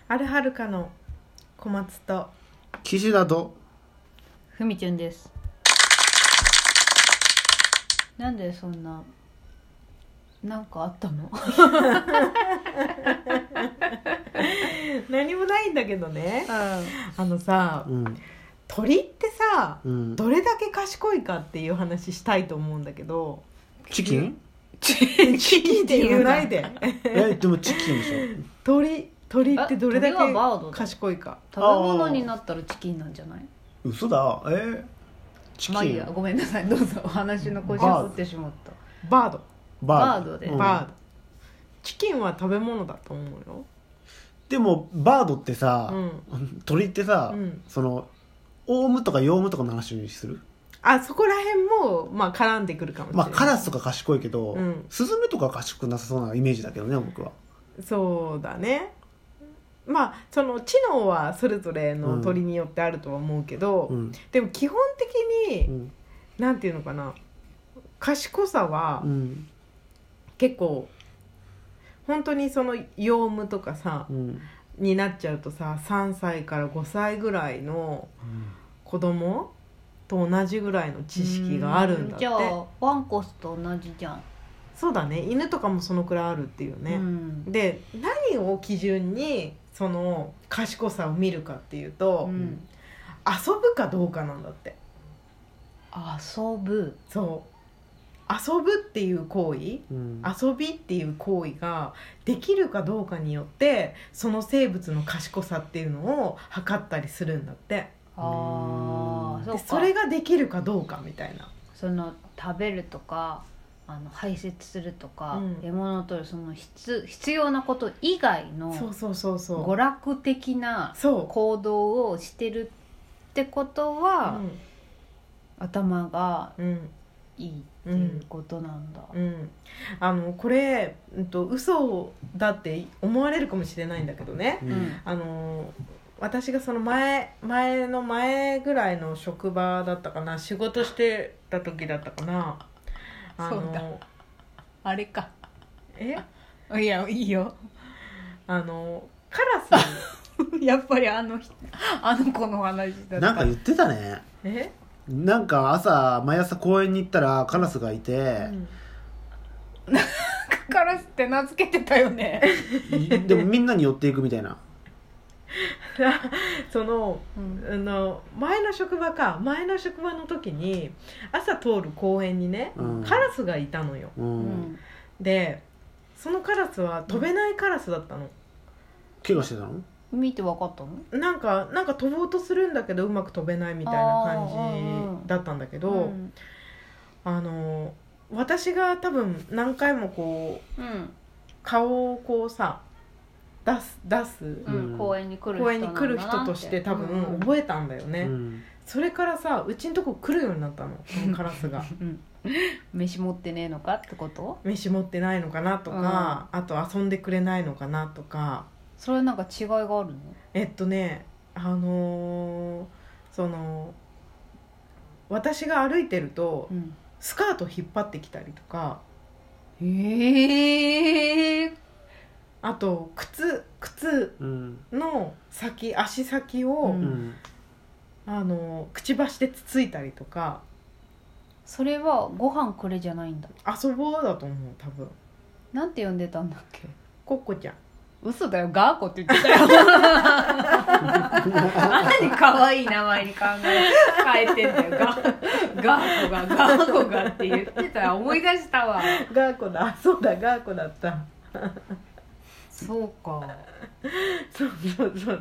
あるはるかの小松と岸田とふみちゅんです。なんでそんなんかあったの？ 何もないんだけどね。さ、 うん鳥ってさ、 うん、 どれだけ賢いかっていう話したいと思うんだけど。 チキンチキンって言わないで。 でもチキンでしょ。 鳥ってどれだけ鳥はバードだ。 賢いか。 食べ物になったらチキンなんじゃない？ 嘘だ。チキン。 まあいいや、ごめんなさい、どうぞ。お話の腰を折ってしまった。 バードバードで、 バード。チキンは食べ物だと思うよ。 でもバードってさ、鳥ってさ、そのオウムとかヨウムとかの話にする？ そこら辺もまあ絡んでくるかもしれない。 カラスとか賢いけど、スズメとか賢くなさそうなイメージだけどね、僕は。 そうだね。まあその知能はそれぞれの鳥によってあるとは思うけど、でも基本的に、なんていうのかな、賢さは、結構本当にそのヨウムとかさ、になっちゃうとさ、3歳から5歳ぐらいの子供と同じぐらいの知識があるんだって。 じゃあワンコスと同じじゃん。そうだね、 犬とかもそのくらいあるっていうね、で何を基準にその賢さを見るかっていうと、遊ぶかどうかなんだって。 遊ぶ？ そう遊ぶっていう行為、遊びっていう行為ができるかどうかによってその生物の賢さっていうのを測ったりするんだって。 そうか。 でそれができるかどうかみたいな。 その食べるとか排泄するとか、獲物を取る、その必要なこと以外の娯楽的な行動をしてるってことは、頭がいいっていうことなんだ。 これ、嘘だって思われるかもしれないんだけどね、私がその前ぐらいの職場だったかな、仕事してた時だったかな、 そうだ、あれか。いや、いいよ。 カラスやっぱりあの子の話だった。 なんか言ってたね。なんか毎朝公園に行ったらカラスがいて、 カラスって名付けてたよね。 でもみんなに寄っていくみたいな。 その、前の職場の時に朝通る公園にね、カラスがいたのよ、でそのカラスは飛べないカラスだったの。 怪我してたの？ 見て分かったの？ なんか飛ぼうとするんだけどうまく飛べないみたいな感じだったんだけど、私が多分何回もこう、顔をこうさ出す、 公園に来る人として多分覚えたんだよね、それからさ、うちのとこ来るようになったの、そのカラスが。 飯持ってねえのかってこと？ 飯持ってないのかなとか、あと遊んでくれないのかなとか。 それなんか違いがあるの？ その私が歩いてると、スカート引っ張ってきたりとか、あと靴の足先を、くちばしでつついたりとか。 それはご飯くれじゃないんだ。 遊ぼうだと思う、多分。 なんて呼んでたんだっけ？ コッコちゃん。 嘘だよ、ガーコって言ってたよ。何可愛い名前に変えてんだよ。ガーコがって言ってたら思い出したわ。 ガーコだ、そうだ、ガーコだった。 そうか。 そう。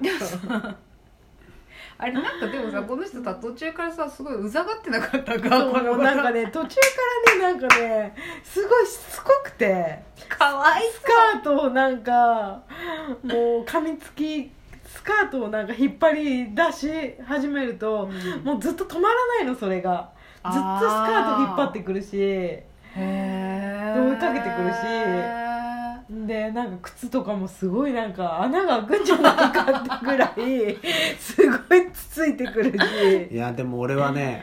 あれなんかでもさ、この人さ、途中からさすごいうざがってなかった？ガーコのなんかね、途中からね、なんかね、すごいしつこくて、 かわいそう。 スカートをなんかもう噛みつき、スカートをなんか引っ張り出し始めると、もうずっと止まらないの、それがずっとスカート引っ張ってくるし、追いかけてくるし、でなんか靴とかもすごいなんか穴が開くんじゃないかってぐらいすごいつついてくるし。 いやでも俺はね、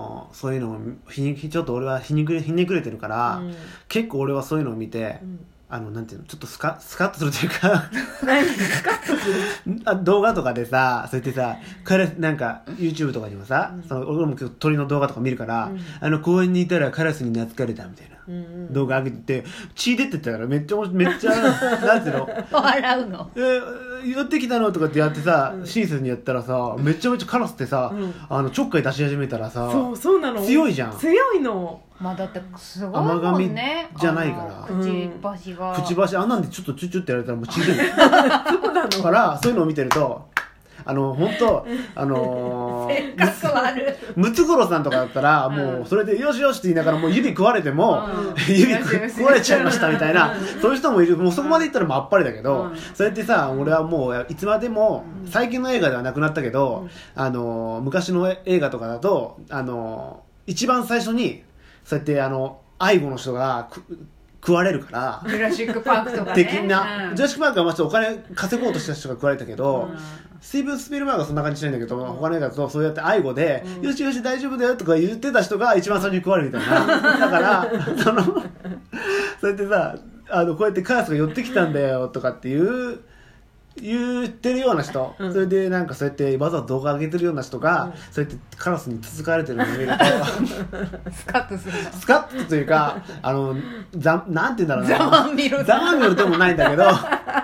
そういうのをちょっと俺はひねくれてるから、結構俺はそういうのを見て、 なんていうの、ちょっとスカッとするというか何スカッとする動画とかでさ、そうやってさ、なんか YouTube とかにもさ、俺も鳥の動画とか見るから、公園にいたらカラスに懐かれたみたいな、動画上げてて、血出てたからめっちゃなんていうの笑うの寄ってきたのとかってやってさ、親切にやったらさ、めちゃめちゃカラスってさ、ちょっかい出し始めたらさ、 そうなの、 強いじゃん。 強いの。 まあだってすごいもんね、 じゃないからくちばしが、 くちばしあんなんでちょっとチュチュってやられたらもう血出るそうなのから、そういうのを見てると本当性格悪いムツゴロウさんとかだったら、もうそれでよしよしって言いながらもう指食われても、指食われちゃいましたみたいなそういう人もいる。もうそこまでいったらもうあっぱれだけど、そうやってさ、俺はもういつまでも、最近の映画ではなくなったけど、昔の映画とかだと一番最初にそうやって愛護の人が食われるから、 ジュラシックパークとかね的な、ジュラシックパークはまあちょっとお金稼ごうとした人が食われたけど、スティーブン・スピルバーグはそんな感じしないんだけど、他の映画だとそうやって愛護で、よしよし大丈夫だよとか言ってた人が一番最初に食われるみたいな。だからそうやってさ、こうやってカラスが寄ってきたんだよとかって言ってるような人、それでなんかそうやってわざわざ動画上げてるような人が、そうやってカラスにつつかれてるのを見るとスカッとするスカッとというか、なんて言うんだろうな、 ザマーミロザマーミロでもないんだけど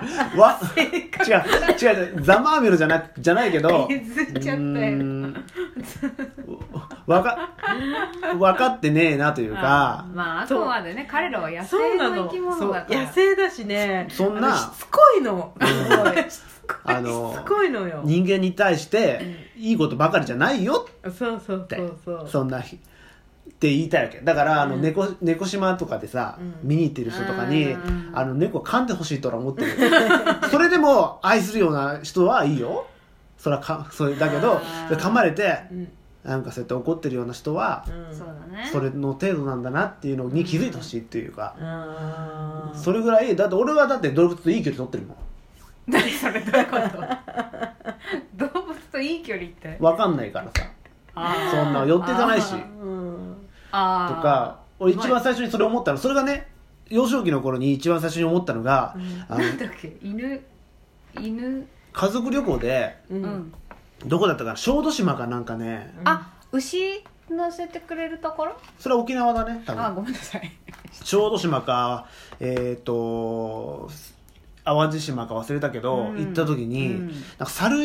違うザマーミロじゃないけど、 譲っちゃったよ分かってねえなというか、 まああくまでね、彼らは野生の生き物だから野生だしね、 そんなしつこいの、しつこいのよ。 人間に対していいことばかりじゃないよって、 そうそんなって言いたいわけだから、猫島とかでさ、見に行ってる人とかに、猫噛んでほしいとは思ってるそれでも愛するような人はいいよ、それだけど、噛まれて、なんかそうやって怒ってるような人は、それの程度なんだなっていうのに気づいてほしいっていうか、それぐらいだって、俺はだって動物といい距離取ってるもん。 何それ、どういうこと動物といい距離って分かんないからさ、そんな寄っていかないしとか、俺一番最初にそれ思ったの、それがね、幼少期の頃に一番最初に思ったのが、 なんだっけ、犬家族旅行で、どこだったかな、小豆島かなんかね、 牛乗せてくれるところ、 それは沖縄だね多分。 ごめんなさい小豆島か淡路島か忘れたけど、行った時に、なんか猿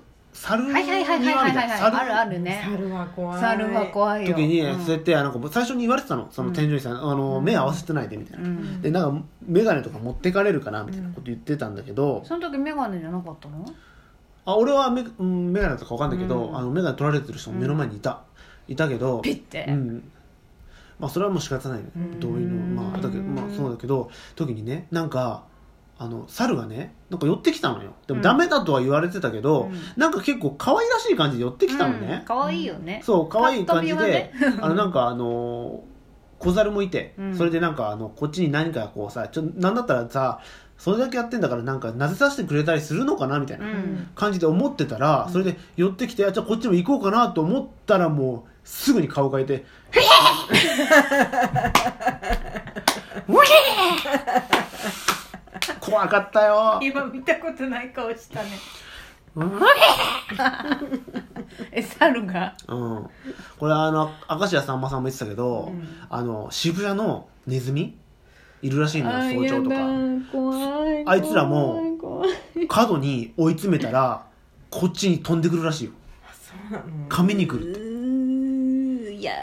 あるね、 猿は怖いよ時に、そうやって最初に言われてたの、その添乗員さん、目合わせてないでみたいな、でなんか眼鏡とか持ってかれるかなみたいなこと言ってたんだけど、 その時眼鏡じゃなかったの？ 俺は眼鏡とか分かんないけど、眼鏡取られてる人も目の前にいたけど、 ピッて、 まあそれはもう仕方ない、どういうの、まあだけど、まあそうだけど、時にね、なんか猿がね、なんか寄ってきたのよ。でもダメだとは言われてたけど、なんか結構可愛らしい感じで寄ってきたのね。 可愛いよね。 そう、可愛い感じで、なんか小猿もいて、それでなんかこっちに何かこうさ、なんだったらさ、それだけやってんだからなんか撫でさせてくれたりするのかなみたいな感じで思ってたら、それで寄ってきて、じゃあこっちも行こうかなと思ったら、もうすぐに顔変えて怖かったよ。 今見たことない顔したね猿が、 これ明石家さんまさんも言ってたけど、渋谷のネズミいるらしいのよ、早朝とか。あいつらも角に追い詰めたらこっちに飛んでくるらしいよ。噛みに来るって。 いや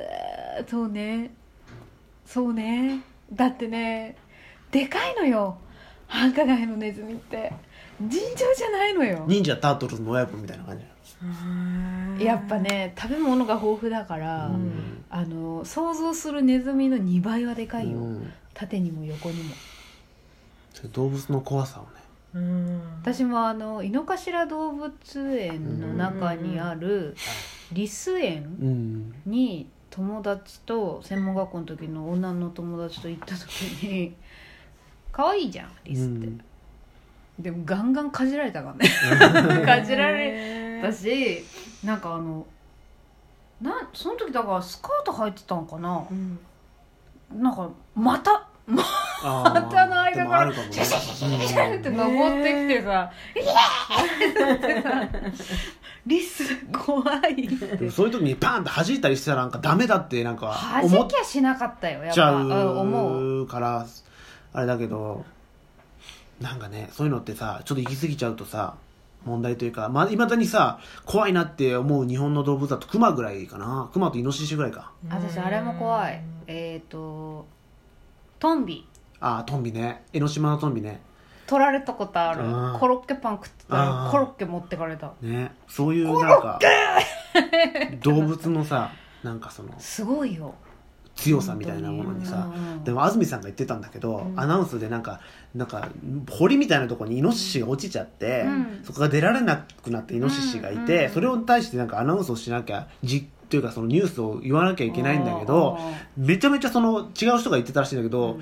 そうね、だってね、でかいのよ、繁華街のネズミって尋常じゃないのよ。 忍者タートルズの親子みたいな感じ。やっぱね、食べ物が豊富だから、想像するネズミの2倍はでかいよ、縦にも横にも。 動物の怖さをね。 私も井の頭動物園の中にあるリス園に友達と、専門学校の時の女の友達と行った時に、可愛いじゃんリスって、でもガンガンかじられたからねかじられたし、なんかその時だからスカート履いてたのかな、なんかまた旗の間からシャシャシャシャシャって登ってきてさ「イエーイ!」ってさリス怖いってそういう時にパンって弾いたりしたらなんかダメだってなんか弾きゃしなかったよやっぱ思うからあれだけどなんかねそういうのってさちょっと行き過ぎちゃうとさ問題というかいまだにさ怖いなって思う日本の動物だとクマぐらいかな。クマとイノシシぐらいか。 私あれも怖いトンビ。 トンビね。江ノ島のトンビね。 取られたことある。コロッケパン食ってたらコロッケ持ってかれたね。そういうなんか動物のさなんかそのすごいよ強さみたいなものにさ、でも安住さんが言ってたんだけど、アナウンスでなんか堀みたいなところにイノシシが落ちちゃって、そこが出られなくなってイノシシがいて、それを対してなんかアナウンスをしなきゃというかそのニュースを言わなきゃいけないんだけど、めちゃめちゃその違う人が言ってたらしいんだけど、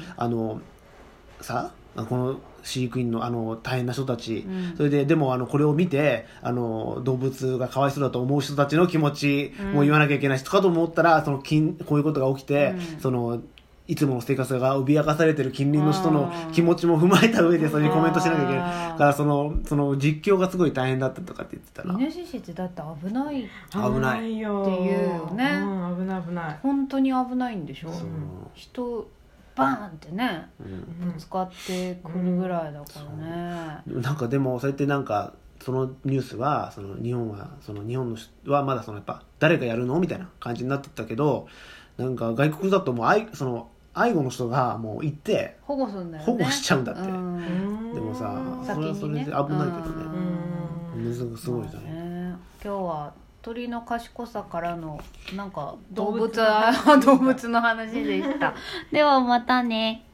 この飼育員の大変な人たち、それででもこれを見て動物がかわいそうだと思う人たちの気持ちも言わなきゃいけない人かと思ったら、こういうことが起きて、いつもの生活が脅かされてる近隣の人の気持ちも踏まえた上でそれにコメントしなきゃいけないからその実況がすごい大変だったとかって言ってたら、 イノシシってだって危ないっていうよね、 危ない危ない本当に危ないんでしょ。人バーンってね、ぶつかってくるぐらいだからね。 なんかでもそうやってなんかそのニュースは日本はまだやっぱ誰がやるのみたいな感じになってたけど、なんか外国だともう愛護の人がもう行って保護するんだよね。 保護しちゃうんだって。でもさそれはそれで危ないけどね、すごいだね。 今日は鳥の賢さからのなんか動物の話でした。ではまたね。